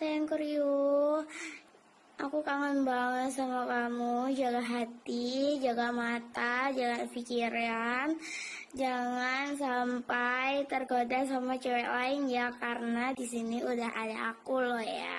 Sayangku Ryu, aku kangen banget sama kamu. Jaga hati, jaga mata, jaga pikiran. Jangan sampai tergoda sama cewek lain ya, karena di sini udah ada aku loh ya.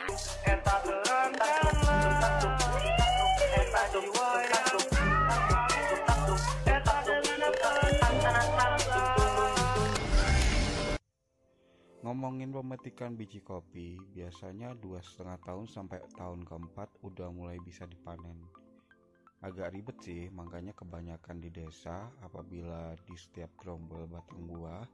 Ngomongin pemetikan biji kopi, biasanya 2,5 tahun sampai tahun keempat udah mulai bisa dipanen. Agak ribet sih, makanya kebanyakan di desa apabila di setiap gerombol batang buah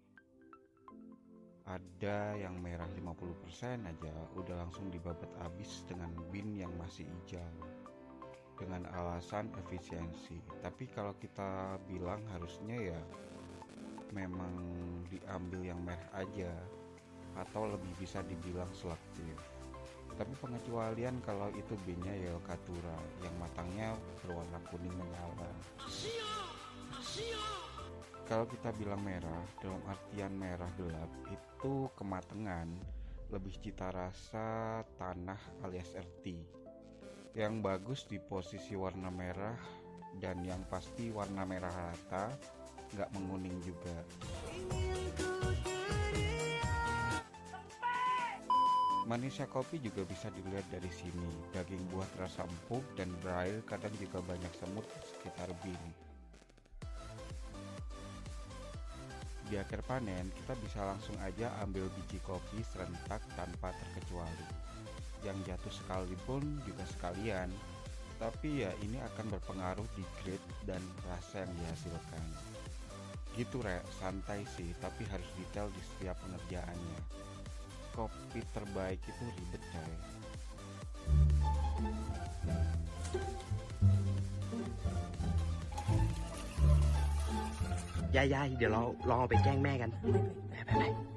ada yang merah 50% aja udah langsung dibabat habis dengan bin yang masih hijau dengan alasan efisiensi. Tapi kalau kita bilang harusnya ya memang diambil yang merah aja, atau lebih bisa dibilang selektif. Tapi pengecualian kalau itu binnya ya Katura yang matangnya berwarna kuning menyala. Kalau kita bilang merah dalam artian merah gelap itu kematangan, lebih cita rasa tanah alias earthy. Yang bagus di posisi warna merah, dan yang pasti warna merah rata, nggak menguning juga. Manisnya kopi juga bisa dilihat dari sini. Daging buah terasa empuk dan berair, kadang juga banyak semut di sekitar bin. Di akhir panen, kita bisa langsung aja ambil biji kopi serentak tanpa terkecuali. Yang jatuh sekalipun juga sekalian. Tapi ya ini akan berpengaruh di grade dan rasa yang dihasilkan. Gitu Rek, santai sih, tapi harus detail di setiap pengerjaannya. Kopi terbaik itu ribet coy. Yai เดี๋ยวเราลองเอาไปแกล้งแม่กันไป